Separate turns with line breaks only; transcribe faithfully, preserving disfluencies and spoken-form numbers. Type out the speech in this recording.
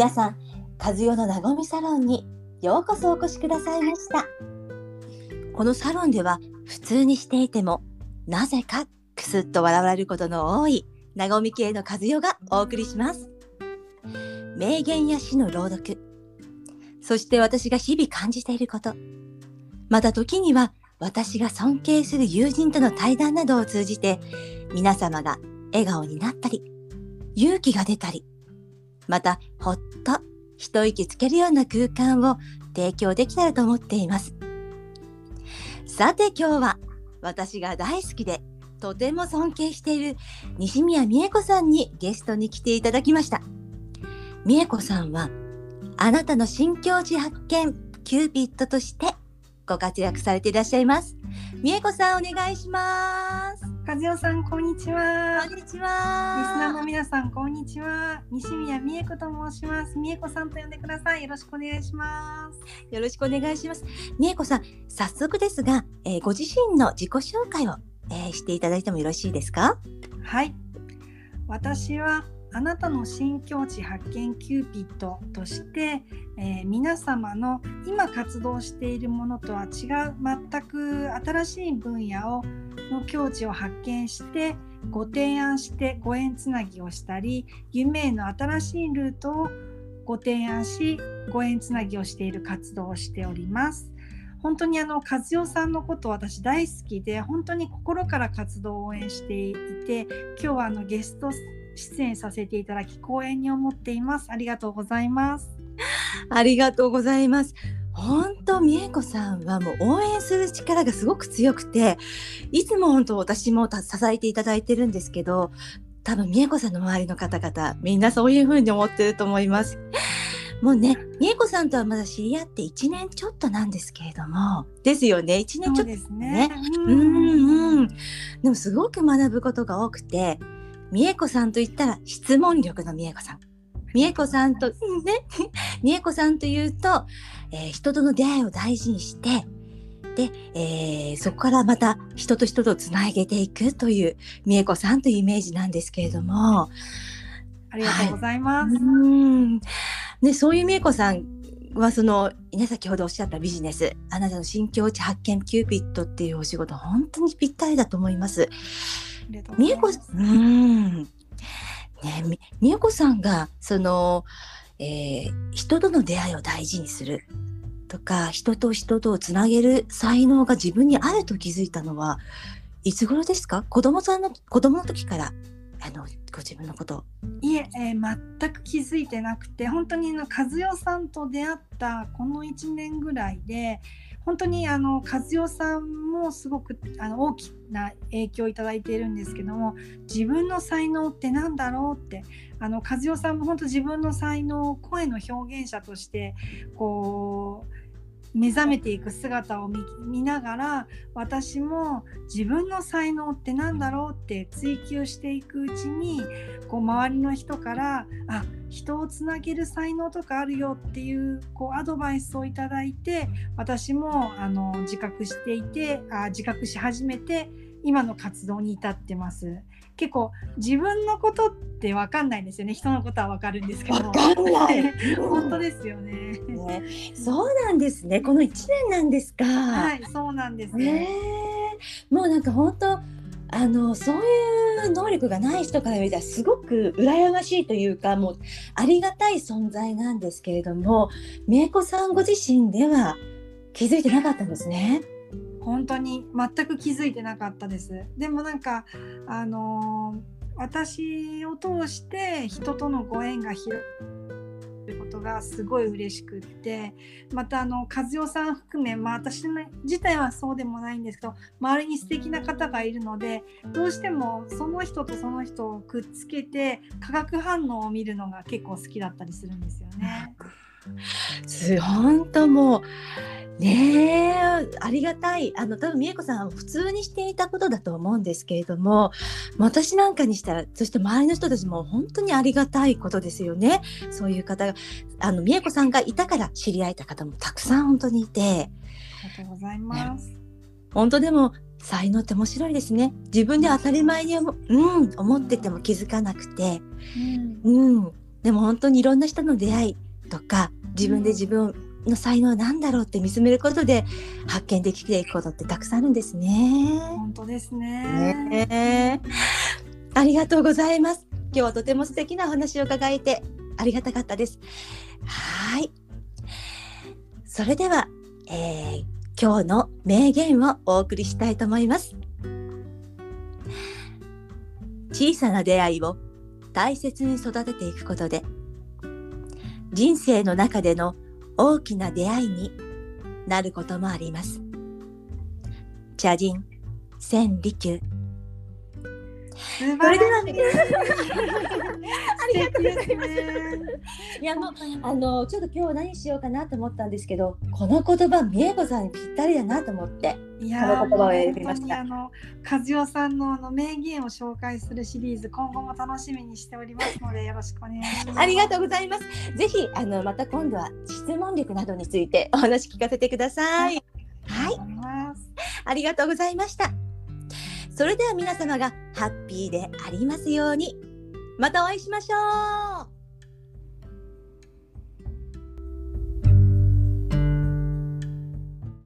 皆さん、和代のなごみサロンにようこそお越しくださいました。このサロンでは普通にしていてもなぜかクスッと笑われることの多いなごみ系の和代がお送りします。名言や詩の朗読、そして私が日々感じていること、また時には私が尊敬する友人との対談などを通じて皆様が笑顔になったり勇気が出たり、またほっと一息つけるような空間を提供できたらと思っています。さて今日は私が大好きでとても尊敬している西宮美恵子さんにゲストに来ていただきました。美恵子さんはあなたの新境地発見キューピッドとしてご活躍されていらっしゃいます。美恵子さん、お願いします。
和代さん、こんにちは。
こんにちは。リス
ナーの皆さん、こんにちは。西宮美恵子と申します。美恵子さんと呼んでください。よろしくお願いします。
よろしくお願いします。美恵子さん、早速ですが、えー、ご自身の自己紹介を、えー、していただいてもよろしいですか？
はい。私はあなたの新境地発見キューピッドとして、えー、皆様の今活動しているものとは違う全く新しい分野をの境地を発見してご提案してご縁つなぎをしたり、夢への新しいルートをご提案しご縁つなぎをしている活動をしております。本当にあの和代さんのこと私大好きで、本当に心から活動を応援していて、今日はあのゲスト出演させていただき光栄に思っています。ありがとうございます。
ありがとうございます。本当美恵子さんはもう応援する力がすごく強くて、いつも本当私も支えていただいてるんですけど、多分美恵子さんの周りの方々みんなそういう風に思ってると思います。もうね、美恵子さんとはまだ知り合っていちねんちょっとなんですけれども、ですよね、いちねんちょっとですね。うんうんうん。でもすごく学ぶことが多くて、美恵子さんといったら質問力の美恵子さん。美恵子さんとね、美恵子さんというと、えー、人との出会いを大事にして、で、えー、そこからまた人と人とつなげていくという美恵子さんというイメージなんですけれども、
ありがとうございます。
はい、うんね、そういう美恵子さんはその、ね、先ほどおっしゃったビジネス、あなたの新境地発見キューピッドっていうお仕事、本当にぴったりだと思います。美恵子さん、うんね、美恵子さんがその、えー、人との出会いを大事にするとか、人と人とをつなげる才能が自分にあると気づいたのはいつ頃ですか？子供さんの子供の時からあのご自分のこと。
いえ、えー、全く気づいてなくて、本当に和代さんと出会ったこのいちねんぐらいで、本当にあの和代さんもすごくあの大きな影響をいただいているんですけども、自分の才能ってなんだろうって、あの和代さんも本当自分の才能を声の表現者としてこう目覚めていく姿を 見, 見ながら、私も自分の才能ってなんだろうって追求していくうちに、こう周りの人からあ人をつなげる才能とかあるよっていう、こうアドバイスをいただいて、私もあの自覚していてあ自覚し始めて今の活動に至ってます。結構自分のことって分かんないんですよね。人のことは分かるんですけど。
分かんない
本当ですよね。
ね、そうなんですね。このいちねんなんですか。
はい、そうなんですね。
もうなんか本当あのそういう能力がない人から見たらすごく羨ましいというか、もうありがたい存在なんですけれども、美恵子さんご自身では気づいてなかったんですね。
本当に全く気づいてなかったです。でもなんかあのー、私を通して人とのご縁が広いことがすごい嬉しくって、またあの和代さん含め、まあ、私自体はそうでもないんですけど、周りに素敵な方がいるので、どうしてもその人とその人をくっつけて化学反応を見るのが結構好きだったりするんですよね。
本当もうねえ、ありがたい。あの多分美恵子さんは普通にしていたことだと思うんですけれども、私なんかにしたら、そして周りの人たちも本当にありがたいことですよね。そういう方が、あの美恵子さんがいたから知り合えた方もたくさん本当にいて。
ありがとうございます。
ね、本当でも才能って面白いですね。自分で当たり前に思、うん、思ってても気づかなくて、うん、うん、 でも本当にいろんな人の出会いとか、自分で自分の才能なんだろうって見つめることで発見できていくことってたくさんあるんですね。
本当ですね。
ね、ありがとうございます。今日はとても素敵なお話を伺えてありがたかったです。はい。それでは、えー、今日の名言をお送りしたいと思います。小さな出会いを大切に育てていくことで、人生の中での大きな出会いになることもあります。茶人千利休。
素晴らしい。ありがとうですね。
いやもうあのちょっと今日何しようかなと思ったんですけど、この言葉美恵子さんにぴったりだなと思って、
いや
この言葉を選びました。
あの和代さんのあの名言を紹介するシリーズ、今後も楽しみにしておりますのでよろしくお願いします。
ありがとうございます。ぜひあのまた今度は質問力などについてお話聞かせてください。はい、はい、ありがとうございました。それでは皆様がハッピーでありますように。またお会いしましょう。